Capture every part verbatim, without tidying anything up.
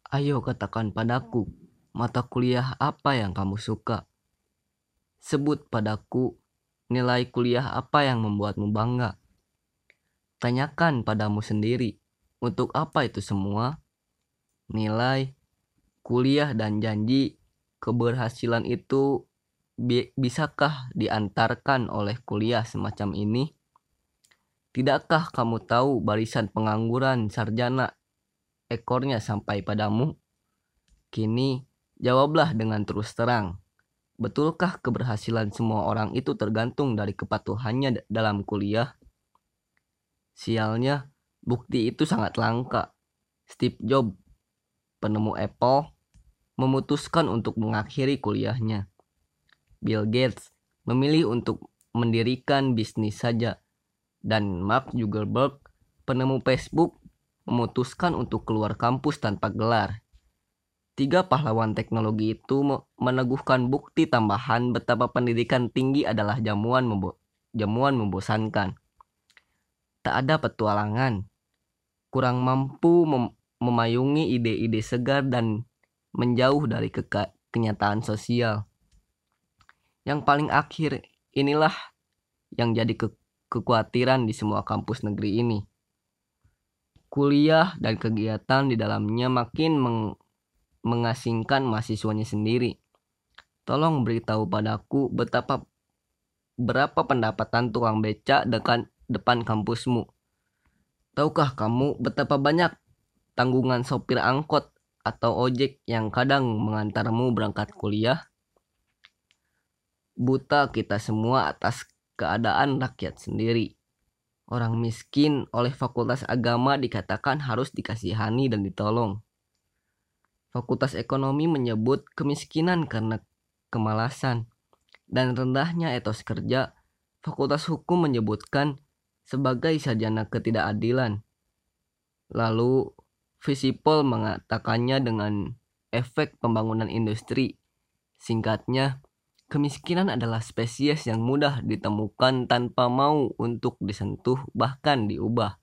Ayo katakan padaku, mata kuliah apa yang kamu suka? Sebut padaku nilai kuliah apa yang membuatmu bangga. Tanyakan padamu sendiri, untuk apa itu semua? Nilai, kuliah dan janji keberhasilan itu bi- bisakah diantarkan oleh kuliah semacam ini? Tidakkah kamu tahu barisan pengangguran sarjana ekornya sampai padamu? Kini, jawablah dengan terus terang. Betulkah keberhasilan semua orang itu tergantung dari kepatuhannya dalam kuliah? Sialnya, bukti itu sangat langka. Steve Jobs, penemu Apple, memutuskan untuk mengakhiri kuliahnya. Bill Gates memilih untuk mendirikan bisnis saja. Dan Mark Zuckerberg, penemu Facebook, memutuskan untuk keluar kampus tanpa gelar. Tiga pahlawan teknologi itu meneguhkan bukti tambahan betapa pendidikan tinggi adalah jamuan membo- jamuan membosankan. Tak ada petualangan, kurang mampu mem- memayungi ide-ide segar dan menjauh dari keka- kenyataan sosial. Yang paling akhir inilah yang jadi ke- kekhawatiran di semua kampus negeri ini. Kuliah dan kegiatan di dalamnya makin meng- mengasingkan mahasiswanya sendiri. Tolong beritahu padaku betapa berapa pendapatan tukang beca dekat depan kampusmu. Tahukah kamu betapa banyak tanggungan sopir angkot atau ojek yang kadang mengantarmu berangkat kuliah? Buta kita semua atas keadaan rakyat sendiri. Orang miskin oleh Fakultas Agama dikatakan harus dikasihani dan ditolong. Fakultas Ekonomi menyebut kemiskinan karena kemalasan dan rendahnya etos kerja. Fakultas Hukum menyebutkan sebagai sarjana ketidakadilan. Lalu Visipol mengatakannya dengan efek pembangunan industri. Singkatnya, kemiskinan adalah spesies yang mudah ditemukan tanpa mau untuk disentuh bahkan diubah.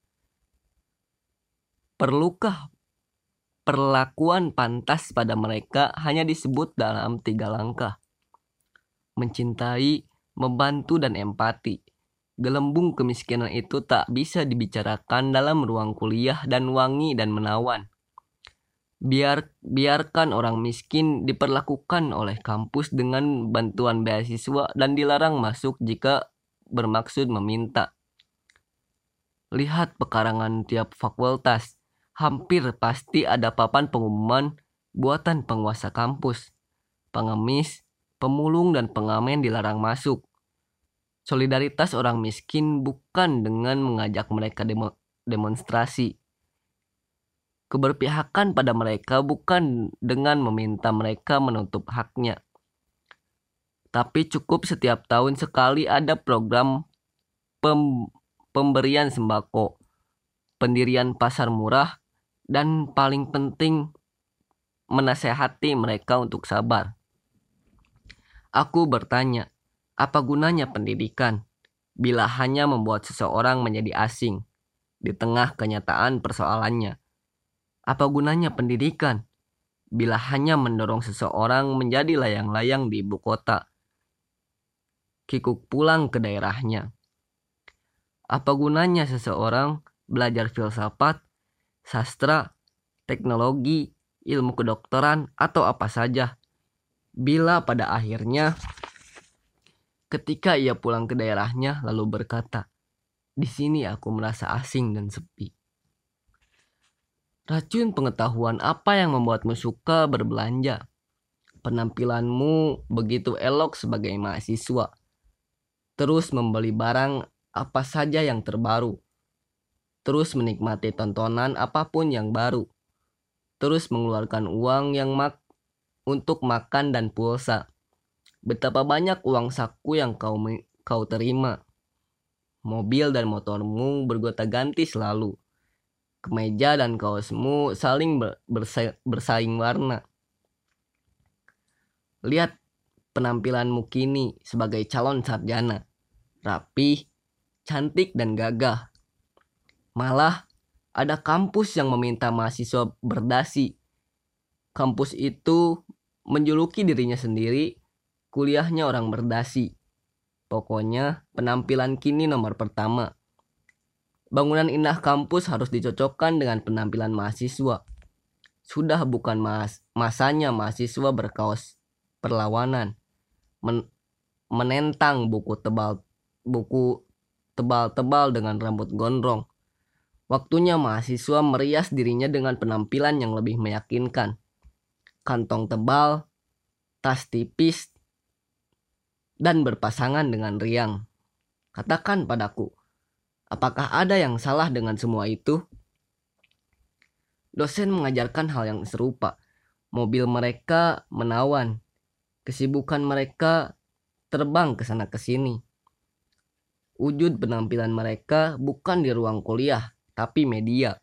Perlukah perlakuan pantas pada mereka hanya disebut dalam tiga langkah? Mencintai, membantu, dan empati. Gelembung kemiskinan itu tak bisa dibicarakan dalam ruang kuliah dan wangi dan menawan. Biar biarkan orang miskin diperlakukan oleh kampus dengan bantuan beasiswa dan dilarang masuk jika bermaksud meminta. Lihat pekarangan tiap fakultas. Hampir pasti ada papan pengumuman buatan penguasa kampus. Pengemis, pemulung, dan pengamen dilarang masuk. Solidaritas orang miskin bukan dengan mengajak mereka demo, demonstrasi. Keberpihakan pada mereka bukan dengan meminta mereka menutup haknya. Tapi cukup setiap tahun sekali ada program pem, pemberian sembako, pendirian pasar murah, dan paling penting menasehati mereka untuk sabar. Aku bertanya, apa gunanya pendidikan bila hanya membuat seseorang menjadi asing di tengah kenyataan persoalannya? Apa gunanya pendidikan bila hanya mendorong seseorang menjadi layang-layang di ibu kota, kikuk pulang ke daerahnya? Apa gunanya seseorang belajar filsafat, sastra, teknologi, ilmu kedokteran, atau apa saja, bila pada akhirnya ketika ia pulang ke daerahnya lalu berkata, "Di sini aku merasa asing dan sepi." Racun pengetahuan apa yang membuatmu suka berbelanja? Penampilanmu begitu elok sebagai mahasiswa. Terus membeli barang apa saja yang terbaru. Terus menikmati tontonan apapun yang baru. Terus mengeluarkan uang yang mak untuk makan dan pulsa. Betapa banyak uang saku yang kau kau terima. Mobil dan motormu bergonta-ganti selalu. Kemeja dan kaosmu saling bersa- bersaing warna. Lihat penampilanmu kini sebagai calon sarjana. Rapi, cantik, dan gagah. Malah ada kampus yang meminta mahasiswa berdasi. Kampus itu menjuluki dirinya sendiri, kuliahnya orang berdasi. Pokoknya penampilan kini nomor pertama. Bangunan indah kampus harus dicocokkan dengan penampilan mahasiswa. Sudah bukan mas masanya mahasiswa berkaos perlawanan, men menentang buku tebal buku tebal-tebal dengan rambut gondrong. Waktunya mahasiswa merias dirinya dengan penampilan yang lebih meyakinkan. Kantong tebal, tas tipis, dan berpasangan dengan riang. Katakan padaku, apakah ada yang salah dengan semua itu? Dosen mengajarkan hal yang serupa. Mobil mereka menawan. Kesibukan mereka terbang ke sana ke sini. Wujud penampilan mereka bukan di ruang kuliah, tapi media.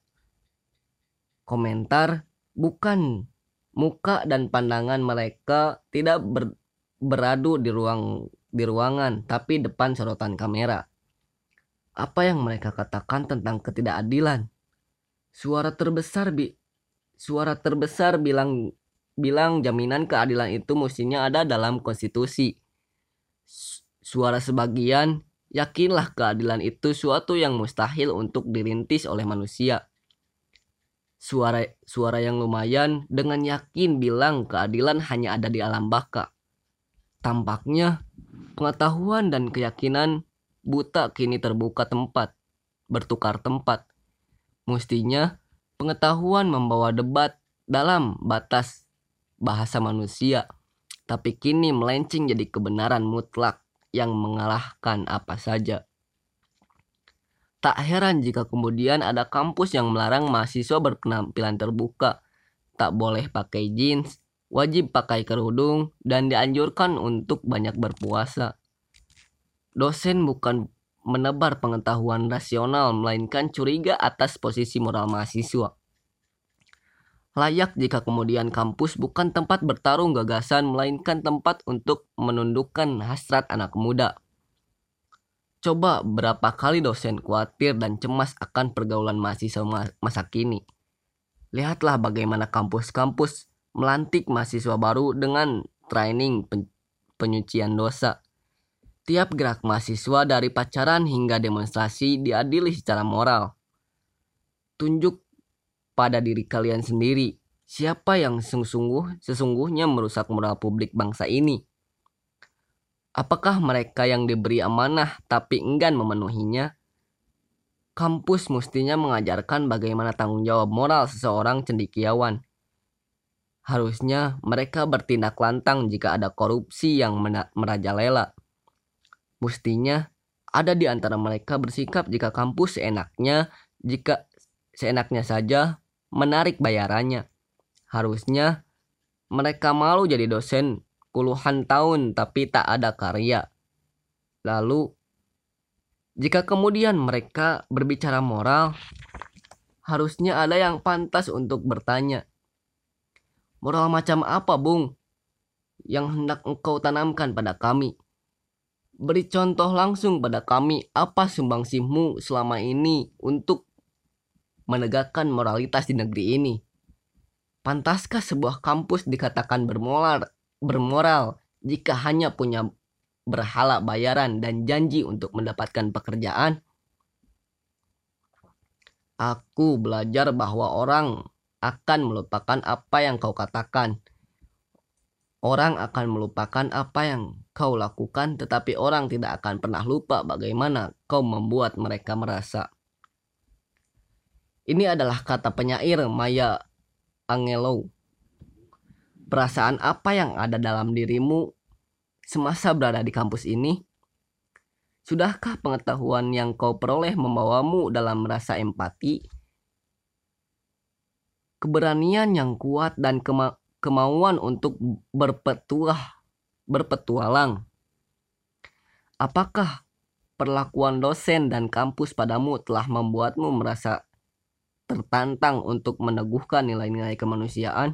Komentar bukan muka dan pandangan mereka tidak ber, beradu di ruang di ruangan, tapi depan sorotan kamera. Apa yang mereka katakan tentang ketidakadilan? Suara terbesar bi suara terbesar bilang bilang jaminan keadilan itu mestinya ada dalam konstitusi. Suara sebagian, yakinlah keadilan itu suatu yang mustahil untuk dirintis oleh manusia. Suara suara yang lumayan dengan yakin bilang keadilan hanya ada di alam baka. Tampaknya pengetahuan dan keyakinan buta kini terbuka tempat, bertukar tempat. Mestinya pengetahuan membawa debat dalam batas bahasa manusia, tapi kini melenceng jadi kebenaran mutlak yang mengalahkan apa saja. Tak heran jika kemudian ada kampus yang melarang mahasiswa berpenampilan terbuka, tak boleh pakai jeans, wajib pakai kerudung, dan dianjurkan untuk banyak berpuasa. Dosen bukan menebar pengetahuan rasional, melainkan curiga atas posisi moral mahasiswa. Layak jika kemudian kampus bukan tempat bertarung gagasan, melainkan tempat untuk menundukkan hasrat anak muda. Coba berapa kali dosen khawatir dan cemas akan pergaulan mahasiswa masa kini. Lihatlah bagaimana kampus-kampus melantik mahasiswa baru dengan training penyucian dosa. Tiap gerak mahasiswa dari pacaran hingga demonstrasi diadili secara moral. Tunjuk pada diri kalian sendiri, siapa yang sungguh sesungguhnya merusak moral publik bangsa ini? Apakah mereka yang diberi amanah tapi enggan memenuhinya? Kampus mestinya mengajarkan bagaimana tanggung jawab moral seseorang cendekiawan. Harusnya mereka bertindak lantang jika ada korupsi yang merajalela. Mestinya ada di antara mereka bersikap jika kampus seenaknya, jika seenaknya saja menarik bayarannya. Harusnya mereka malu jadi dosen puluhan tahun tapi tak ada karya. Lalu jika kemudian mereka berbicara moral, harusnya ada yang pantas untuk bertanya, moral macam apa, Bung, yang hendak engkau tanamkan pada kami? Beri contoh langsung pada kami apa sumbangsihmu selama ini untuk menegakkan moralitas di negeri ini. Pantaskah sebuah kampus dikatakan bermoral, bermoral jika hanya punya berhala bayaran dan janji untuk mendapatkan pekerjaan? Aku belajar bahwa orang akan melupakan apa yang kau katakan. Orang akan melupakan apa yang kau lakukan, tetapi orang tidak akan pernah lupa bagaimana kau membuat mereka merasa. Ini adalah kata penyair Maya Angelou. Perasaan apa yang ada dalam dirimu semasa berada di kampus ini? Sudahkah pengetahuan yang kau peroleh membawamu dalam merasa empati? Keberanian yang kuat dan kema- kemauan untuk berpetuah, berpetualang. Apakah perlakuan dosen dan kampus padamu telah membuatmu merasa tertantang untuk meneguhkan nilai-nilai kemanusiaan?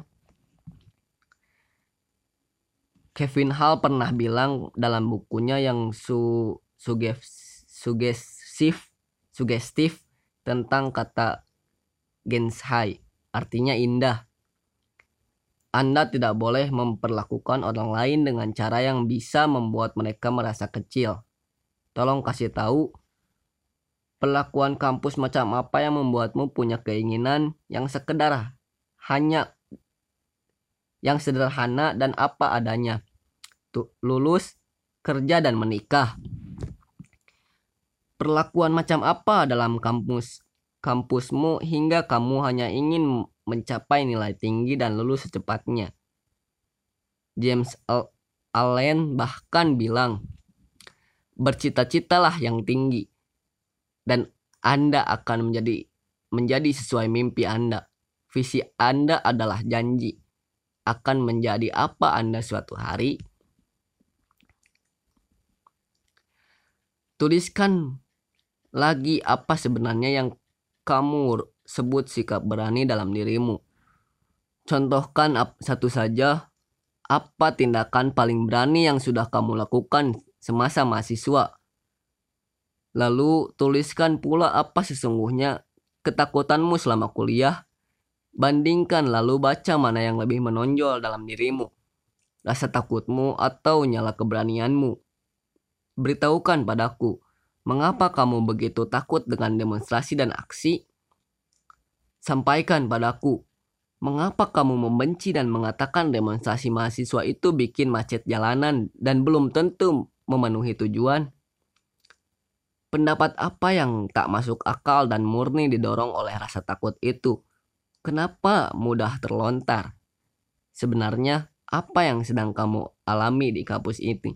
Kevin Hall pernah bilang dalam bukunya yang su, suges, sugesif, sugestif tentang kata Gensai, artinya indah. Anda tidak boleh memperlakukan orang lain dengan cara yang bisa membuat mereka merasa kecil. Tolong kasih tahu perlakuan kampus macam apa yang membuatmu punya keinginan yang sekedar hanya yang sederhana dan apa adanya. Tuh, lulus, kerja dan menikah. Perlakuan macam apa dalam kampus kampusmu hingga kamu hanya ingin mencapai nilai tinggi dan lulus secepatnya? James Allen bahkan bilang, bercita-citalah yang tinggi dan Anda akan menjadi menjadi sesuai mimpi Anda. Visi Anda adalah janji akan menjadi apa Anda suatu hari. Tuliskan lagi apa sebenarnya yang kamu sebut sikap berani dalam dirimu. Contohkan satu saja, apa tindakan paling berani yang sudah kamu lakukan semasa mahasiswa. Lalu tuliskan pula apa sesungguhnya ketakutanmu selama kuliah. Bandingkan lalu baca mana yang lebih menonjol dalam dirimu, rasa takutmu atau nyala keberanianmu. Beritahukan padaku, mengapa kamu begitu takut dengan demonstrasi dan aksi? Sampaikan padaku, mengapa kamu membenci dan mengatakan demonstrasi mahasiswa itu bikin macet jalanan dan belum tentu memenuhi tujuan? Pendapat apa yang tak masuk akal dan murni didorong oleh rasa takut itu? Kenapa mudah terlontar? Sebenarnya apa yang sedang kamu alami di kampus ini?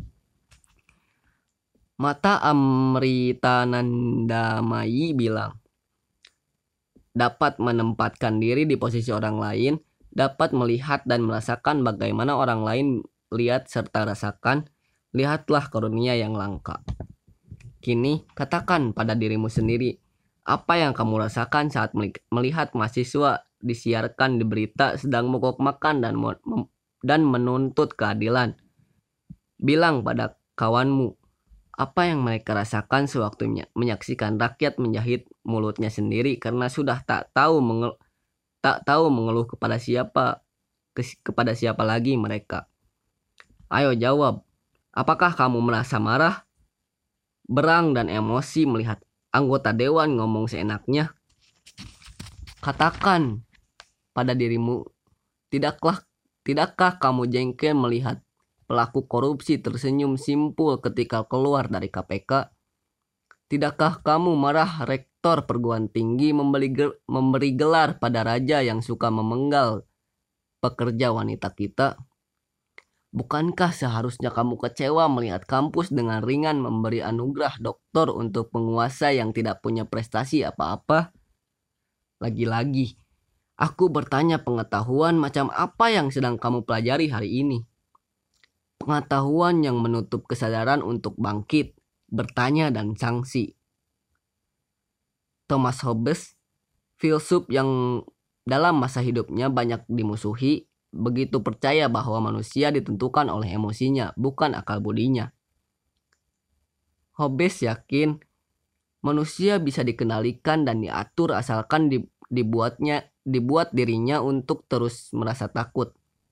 Mata Amritanandamayi bilang, dapat menempatkan diri di posisi orang lain, dapat melihat dan merasakan bagaimana orang lain lihat serta rasakan, lihatlah karunia yang langka. Kini katakan pada dirimu sendiri, apa yang kamu rasakan saat melihat mahasiswa disiarkan di berita sedang mogok makan dan dan menuntut keadilan? Bilang pada kawanmu, apa yang mereka rasakan sewaktu menyaksikan rakyat menjahit mulutnya sendiri karena sudah tak tahu mengel, tak tahu mengeluh kepada siapa ke, kepada siapa lagi mereka. Ayo jawab, apakah kamu merasa marah, berang dan emosi melihat anggota dewan ngomong seenaknya? Katakan pada dirimu, tidakkah tidakkah kamu jengkel melihat pelaku korupsi tersenyum simpul ketika keluar dari K P K? Tidakkah kamu marah rektor perguruan tinggi membeli gel, memberi gelar pada raja yang suka memenggal pekerja wanita kita? Bukankah seharusnya kamu kecewa melihat kampus dengan ringan memberi anugerah doktor untuk penguasa yang tidak punya prestasi apa-apa? Lagi-lagi, aku bertanya pengetahuan macam apa yang sedang kamu pelajari hari ini? Pengetahuan yang menutup kesadaran untuk bangkit, bertanya dan sanksi. Thomas Hobbes, filsuf yang dalam masa hidupnya banyak dimusuhi, begitu percaya bahwa manusia ditentukan oleh emosinya, bukan akal budinya. Hobbes yakin manusia bisa dikendalikan dan diatur asalkan dibuatnya dibuat dirinya untuk terus merasa takut.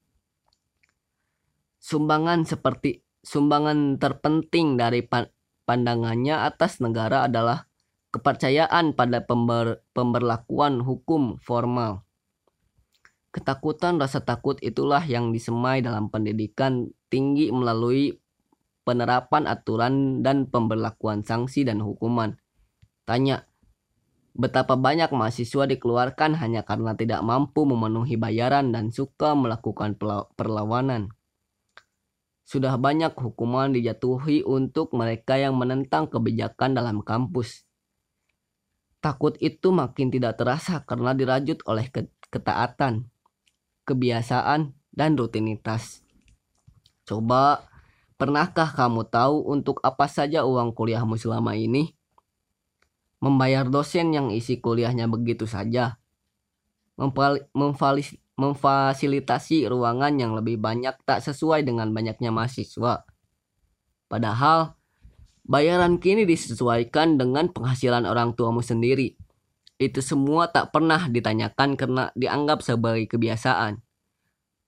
Sumbangan seperti sumbangan terpenting dari pandangannya atas negara adalah kepercayaan pada pember, pemberlakuan hukum formal. Ketakutan rasa takut itulah yang disemai dalam pendidikan tinggi melalui penerapan aturan dan pemberlakuan sanksi dan hukuman. Tanya, betapa banyak mahasiswa dikeluarkan hanya karena tidak mampu memenuhi bayaran dan suka melakukan perlawanan. Sudah banyak hukuman dijatuhi untuk mereka yang menentang kebijakan dalam kampus. Takut itu makin tidak terasa karena dirajut oleh ketaatan, kebiasaan, dan rutinitas. Coba, pernahkah kamu tahu untuk apa saja uang kuliahmu selama ini? Membayar dosen yang isi kuliahnya begitu saja. Memfasilitasi ruangan yang lebih banyak tak sesuai dengan banyaknya mahasiswa. Padahal, bayaran kini disesuaikan dengan penghasilan orang tuamu sendiri. Itu semua tak pernah ditanyakan karena dianggap sebagai kebiasaan.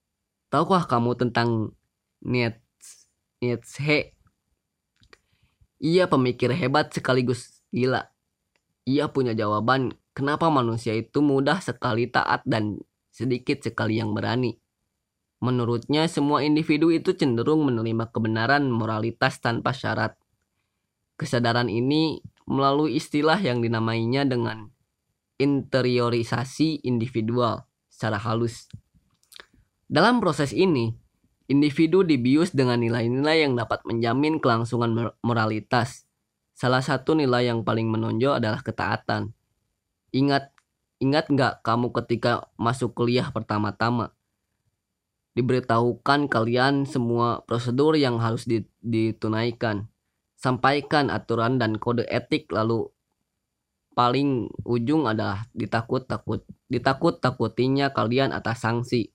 Tahukah kamu tentang Nietzsche? Ia pemikir hebat sekaligus gila. Ia punya jawaban kenapa manusia itu mudah sekali taat dan sedikit sekali yang berani. Menurutnya, semua individu itu cenderung menerima kebenaran moralitas tanpa syarat. Kesadaran ini melalui istilah yang dinamainya dengan interiorisasi individual secara halus. Dalam proses ini, individu dibius dengan nilai-nilai yang dapat menjamin kelangsungan moralitas. Salah satu nilai yang paling menonjol adalah ketaatan. Ingat, ingat nggak kamu ketika masuk kuliah pertama-tama? Diberitahukan kalian semua prosedur yang harus ditunaikan. Sampaikan aturan dan kode etik, lalu paling ujung adalah ditakut-takut, ditakut-takutinya kalian atas sanksi.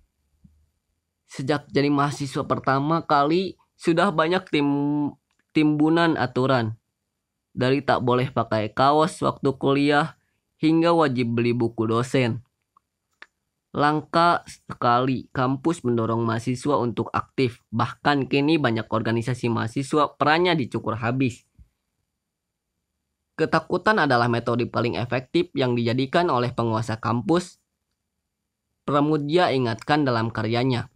Sejak jadi mahasiswa pertama kali sudah banyak tim timbunan aturan. Dari tak boleh pakai kaos waktu kuliah hingga wajib beli buku dosen. Langka sekali kampus mendorong mahasiswa untuk aktif. Bahkan kini banyak organisasi mahasiswa perannya dicukur habis. Ketakutan adalah metode paling efektif yang dijadikan oleh penguasa kampus. Pramudia ingatkan dalam karyanya.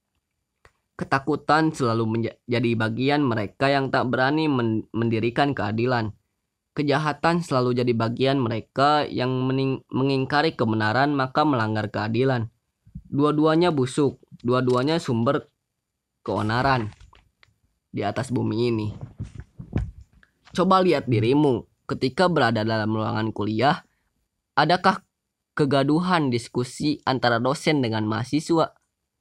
Ketakutan selalu menjadi bagian mereka yang tak berani mendirikan keadilan. Kejahatan selalu jadi bagian mereka yang mengingkari kebenaran maka melanggar keadilan. Dua-duanya busuk, dua-duanya sumber keonaran di atas bumi ini. Coba lihat dirimu ketika berada dalam ruangan kuliah. Adakah kegaduhan diskusi antara dosen dengan mahasiswa?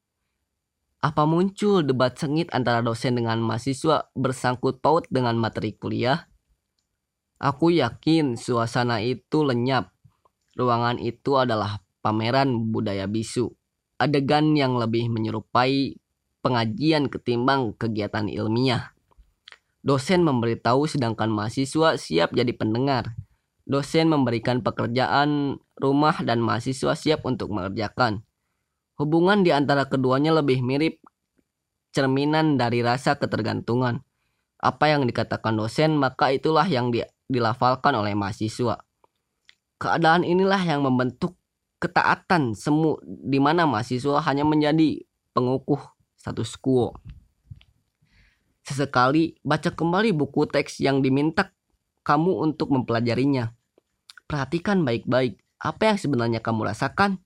Apa muncul debat sengit antara dosen dengan mahasiswa bersangkut paut dengan materi kuliah? Aku yakin suasana itu lenyap. Ruangan itu adalah pameran budaya bisu. Adegan yang lebih menyerupai pengajian ketimbang kegiatan ilmiah. Dosen memberitahu sedangkan mahasiswa siap jadi pendengar. Dosen memberikan pekerjaan rumah dan mahasiswa siap untuk mengerjakan. Hubungan di antara keduanya lebih mirip cerminan dari rasa ketergantungan. Apa yang dikatakan dosen, maka itulah yang di, dilafalkan oleh mahasiswa. Keadaan inilah yang membentuk ketaatan semu, di mana mahasiswa hanya menjadi pengukuh status quo. Sesekali baca kembali buku teks yang diminta kamu untuk mempelajarinya. Perhatikan baik-baik apa yang sebenarnya kamu rasakan.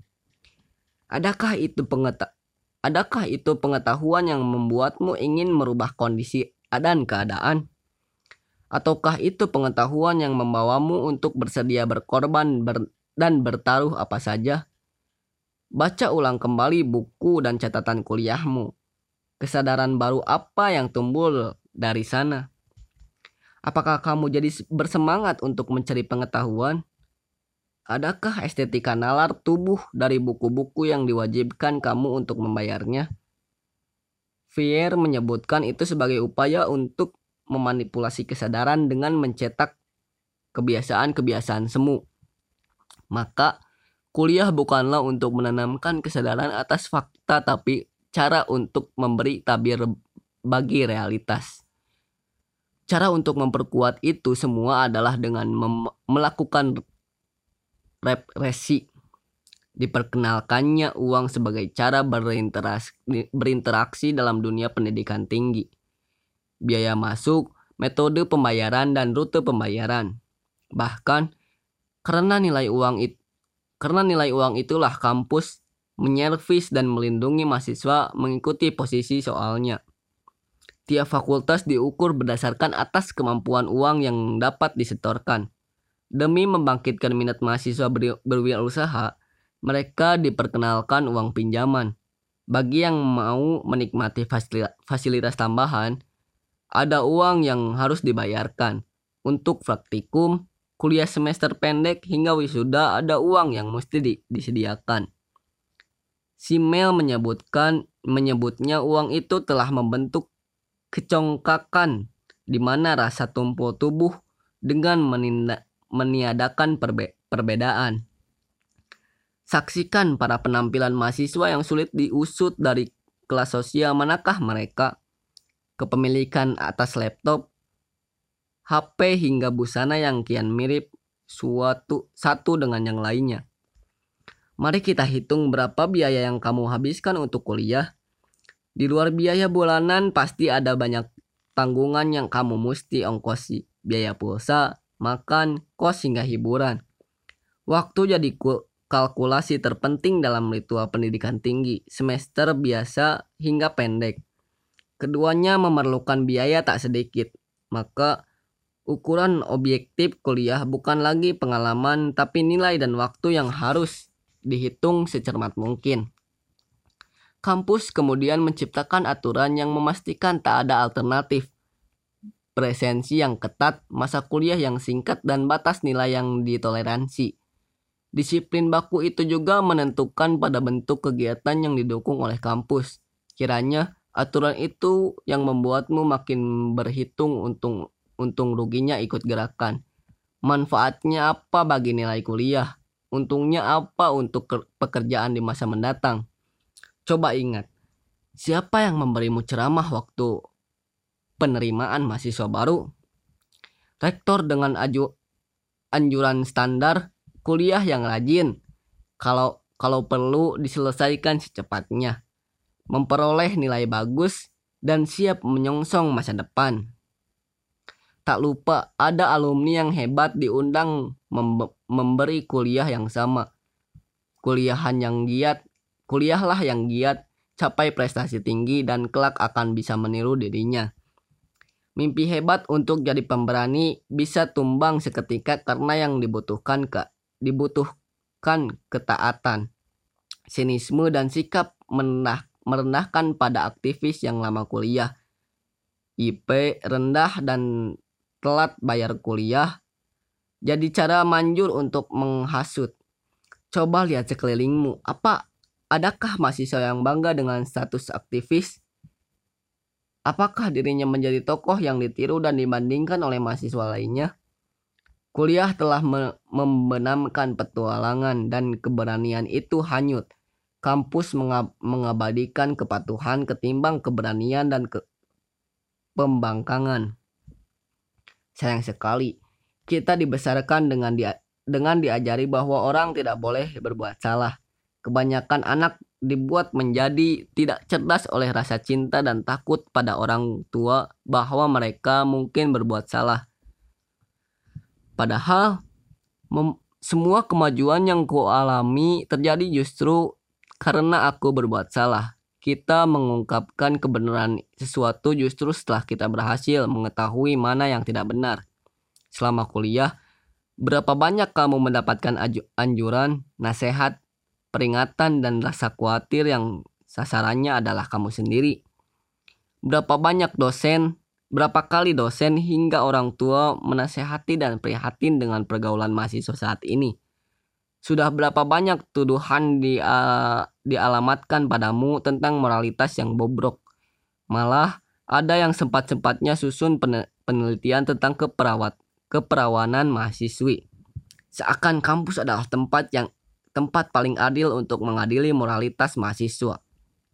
Adakah itu pengeta- Adakah itu pengetahuan yang membuatmu ingin merubah kondisi dan keadaan? Ataukah itu pengetahuan yang membawamu untuk bersedia berkorban ber- dan bertaruh apa saja? Baca ulang kembali buku dan catatan kuliahmu. Kesadaran baru apa yang tumbuh dari sana? Apakah kamu jadi bersemangat untuk mencari pengetahuan? Adakah estetika nalar tubuh dari buku-buku yang diwajibkan kamu untuk membayarnya? Fier menyebutkan itu sebagai upaya untuk memanipulasi kesadaran dengan mencetak kebiasaan-kebiasaan semu. Maka, kuliah bukanlah untuk menanamkan kesadaran atas fakta, tapi cara untuk memberi tabir bagi realitas. Cara untuk memperkuat itu semua adalah dengan mem- melakukan represi. Diperkenalkannya uang sebagai cara berinteraksi, berinteraksi dalam dunia pendidikan tinggi. Biaya masuk, metode pembayaran, dan rute pembayaran. Bahkan karena nilai uang itu, karena nilai uang itulah kampus menyervis dan melindungi mahasiswa mengikuti posisi soalnya. Tiap fakultas diukur berdasarkan atas kemampuan uang yang dapat disetorkan. Demi membangkitkan minat mahasiswa ber- berwirausaha, mereka diperkenalkan uang pinjaman. Bagi yang mau menikmati fasilitas, fasilitas tambahan, ada uang yang harus dibayarkan. Untuk praktikum, kuliah semester pendek hingga wisuda ada uang yang mesti di, disediakan. Si Mel menyebutkan menyebutnya uang itu telah membentuk kecongkakan di mana rasa tumpul tubuh dengan menindak, meniadakan perbe, perbedaan. Saksikan para penampilan mahasiswa yang sulit diusut dari kelas sosial manakah mereka, kepemilikan atas laptop, H P hingga busana yang kian mirip suatu satu dengan yang lainnya. Mari kita hitung berapa biaya yang kamu habiskan untuk kuliah. Di luar biaya bulanan pasti ada banyak tanggungan yang kamu mesti ongkosi. Biaya pulsa, makan, kos hingga hiburan. Waktu jadi kalkulasi terpenting dalam ritual pendidikan tinggi, semester biasa hingga pendek. Keduanya memerlukan biaya tak sedikit. Maka ukuran objektif kuliah bukan lagi pengalaman tapi nilai dan waktu yang harus dihitung secermat mungkin. Kampus kemudian menciptakan aturan yang memastikan tak ada alternatif. Presensi yang ketat, masa kuliah yang singkat, dan batas nilai yang ditoleransi. Disiplin baku itu juga menentukan pada bentuk kegiatan yang didukung oleh kampus. Kiranya aturan itu yang membuatmu makin berhitung untung, untung ruginya ikut gerakan. Manfaatnya apa bagi nilai kuliah? Untungnya apa untuk pekerjaan di masa mendatang? Coba ingat, siapa yang memberimu ceramah waktu penerimaan mahasiswa baru? Rektor dengan aju, anjuran standar kuliah yang rajin, kalau kalau perlu diselesaikan secepatnya, memperoleh nilai bagus dan siap menyongsong masa depan. Tak lupa ada alumni yang hebat diundang mem- memberi kuliah yang sama. Kuliahan yang giat, kuliahlah yang giat, capai prestasi tinggi dan kelak akan bisa meniru dirinya. Mimpi hebat untuk jadi pemberani bisa tumbang seketika karena yang dibutuhkan ke dibutuhkan ketaatan, sinisme dan sikap merendah, merendahkan pada aktivis yang lama kuliah. I P rendah dan telat bayar kuliah jadi cara manjur untuk menghasut. Coba lihat sekelilingmu, apa adakah mahasiswa yang bangga dengan status aktivis? Apakah dirinya menjadi tokoh yang ditiru dan dibandingkan oleh mahasiswa lainnya? Kuliah telah me- membenamkan petualangan dan keberanian itu hanyut. Kampus mengab- mengabadikan kepatuhan ketimbang keberanian dan ke- pembangkangan. Sayang sekali, kita dibesarkan dengan dia dengan diajari bahwa orang tidak boleh berbuat salah. Kebanyakan anak dibuat menjadi tidak cerdas oleh rasa cinta dan takut pada orang tua bahwa mereka mungkin berbuat salah. Padahal mem- semua kemajuan yang kualami terjadi justru karena aku berbuat salah. Kita mengungkapkan kebenaran sesuatu justru setelah kita berhasil mengetahui mana yang tidak benar. Selama kuliah, berapa banyak kamu mendapatkan anjuran, nasihat, peringatan, dan rasa khawatir yang sasarannya adalah kamu sendiri? Berapa banyak dosen, berapa kali dosen hingga orang tua menasehati dan prihatin dengan pergaulan mahasiswa saat ini? Sudah berapa banyak tuduhan di, uh, dialamatkan padamu tentang moralitas yang bobrok? Malah ada yang sempat-sempatnya susun pen- penelitian tentang keperawat, keperawanan mahasiswi. Seakan kampus adalah tempat yang tempat paling adil untuk mengadili moralitas mahasiswa.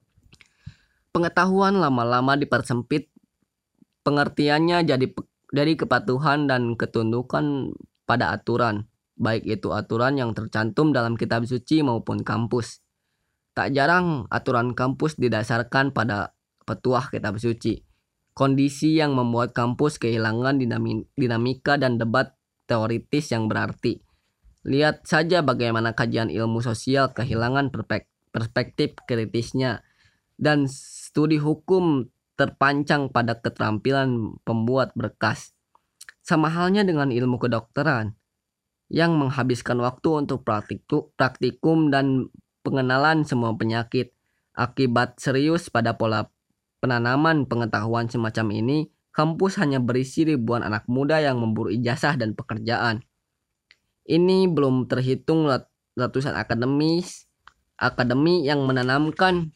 Pengetahuan lama-lama dipersempit, pengertiannya jadi dari kepatuhan dan ketundukan pada aturan, baik itu aturan yang tercantum dalam kitab suci maupun kampus. Tak jarang aturan kampus didasarkan pada petuah kitab suci, kondisi yang membuat kampus kehilangan dinami- dinamika dan debat teoritis yang berarti. Lihat saja bagaimana kajian ilmu sosial kehilangan perspektif kritisnya dan studi hukum terpancang pada keterampilan pembuat berkas. Sama halnya dengan ilmu kedokteran yang menghabiskan waktu untuk praktikum, praktikum dan pengenalan semua penyakit. Akibat serius pada pola penanaman pengetahuan semacam ini, kampus hanya berisi ribuan anak muda yang memburu ijazah dan pekerjaan. Ini belum terhitung ratusan akademis, akademi yang menanamkan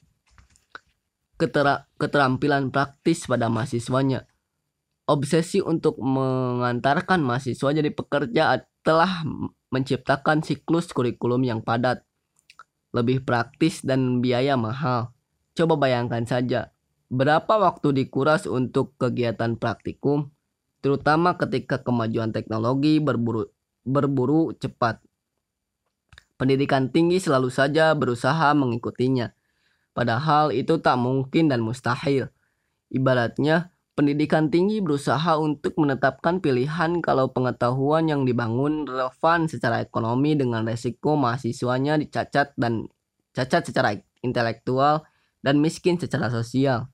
ketera, keterampilan praktis pada mahasiswanya. Obsesi untuk mengantarkan mahasiswa jadi pekerja telah menciptakan siklus kurikulum yang padat. lebih praktis dan biaya mahal. Coba bayangkan saja, berapa waktu dikuras untuk kegiatan praktikum, terutama ketika kemajuan teknologi berburu, berburu cepat. Pendidikan tinggi selalu saja berusaha mengikutinya, padahal itu tak mungkin dan mustahil. Ibaratnya, pendidikan tinggi berusaha untuk menetapkan pilihan kalau pengetahuan yang dibangun relevan secara ekonomi dengan resiko mahasiswanya dicacat dan cacat secara intelektual dan miskin secara sosial.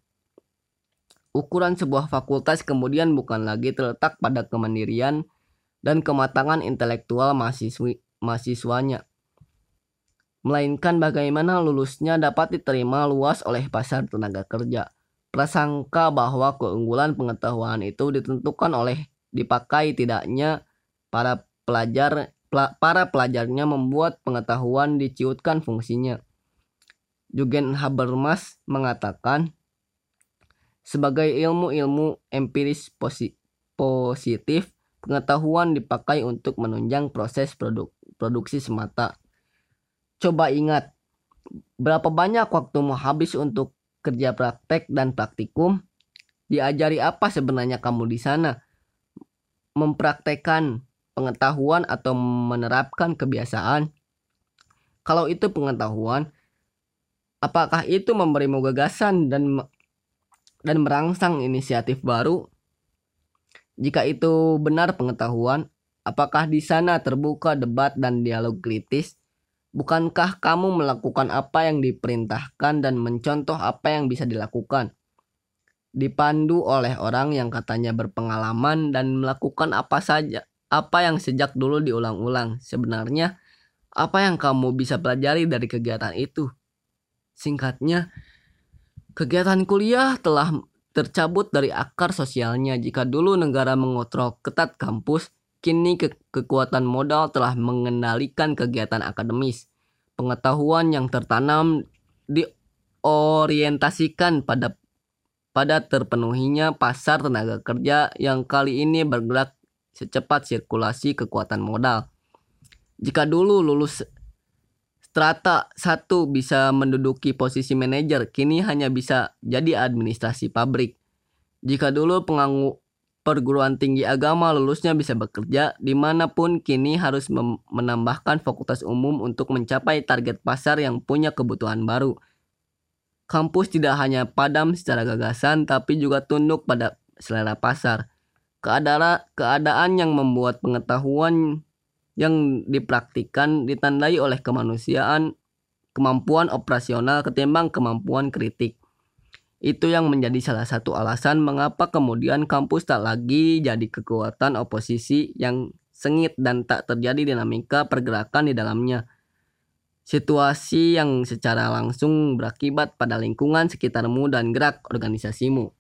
Ukuran sebuah fakultas kemudian bukan lagi terletak pada kemandirian dan kematangan intelektual mahasiswi, mahasiswanya, melainkan bagaimana lulusnya dapat diterima luas oleh pasar tenaga kerja. Prasangka bahwa keunggulan pengetahuan itu ditentukan oleh dipakai tidaknya para pelajar para pelajarnya membuat pengetahuan diciutkan fungsinya. Jürgen Habermas mengatakan, sebagai ilmu-ilmu empiris posi- positif, pengetahuan dipakai untuk menunjang proses produk- produksi semata. Coba ingat, berapa banyak waktumu habis untuk kerja praktek dan praktikum? Diajari apa sebenarnya kamu di sana? Mempraktekkan pengetahuan atau menerapkan kebiasaan? Kalau itu pengetahuan, apakah itu memberimu gagasan dan dan merangsang inisiatif baru? Jika itu benar pengetahuan, apakah di sana terbuka debat dan dialog kritis? Bukankah kamu melakukan apa yang diperintahkan dan mencontoh apa yang bisa dilakukan? Dipandu oleh orang yang katanya berpengalaman dan melakukan apa saja, apa yang sejak dulu diulang-ulang. Sebenarnya, apa yang kamu bisa pelajari dari kegiatan itu? Singkatnya, kegiatan kuliah telah tercabut dari akar sosialnya. Jika dulu negara mengontrol ketat kampus, kini ke- kekuatan modal telah mengendalikan kegiatan akademis. Pengetahuan yang tertanam diorientasikan pada pada terpenuhinya pasar tenaga kerja yang kali ini bergerak secepat sirkulasi kekuatan modal. Jika dulu lulus strata satu bisa menduduki posisi manajer, kini hanya bisa jadi administrasi pabrik. Jika dulu penganggu perguruan tinggi agama lulusnya bisa bekerja dimanapun, kini harus mem- menambahkan fakultas umum untuk mencapai target pasar yang punya kebutuhan baru. Kampus tidak hanya padam secara gagasan, tapi juga tunduk pada selera pasar. Keadaan, keadaan yang membuat pengetahuan yang dipraktikkan ditandai oleh kemanusiaan, kemampuan operasional ketimbang kemampuan kritik. Itu yang menjadi salah satu alasan mengapa kemudian kampus tak lagi jadi kekuatan oposisi yang sengit dan tak terjadi dinamika pergerakan di dalamnya. Situasi yang secara langsung berakibat pada lingkungan sekitarmu dan gerak organisasimu.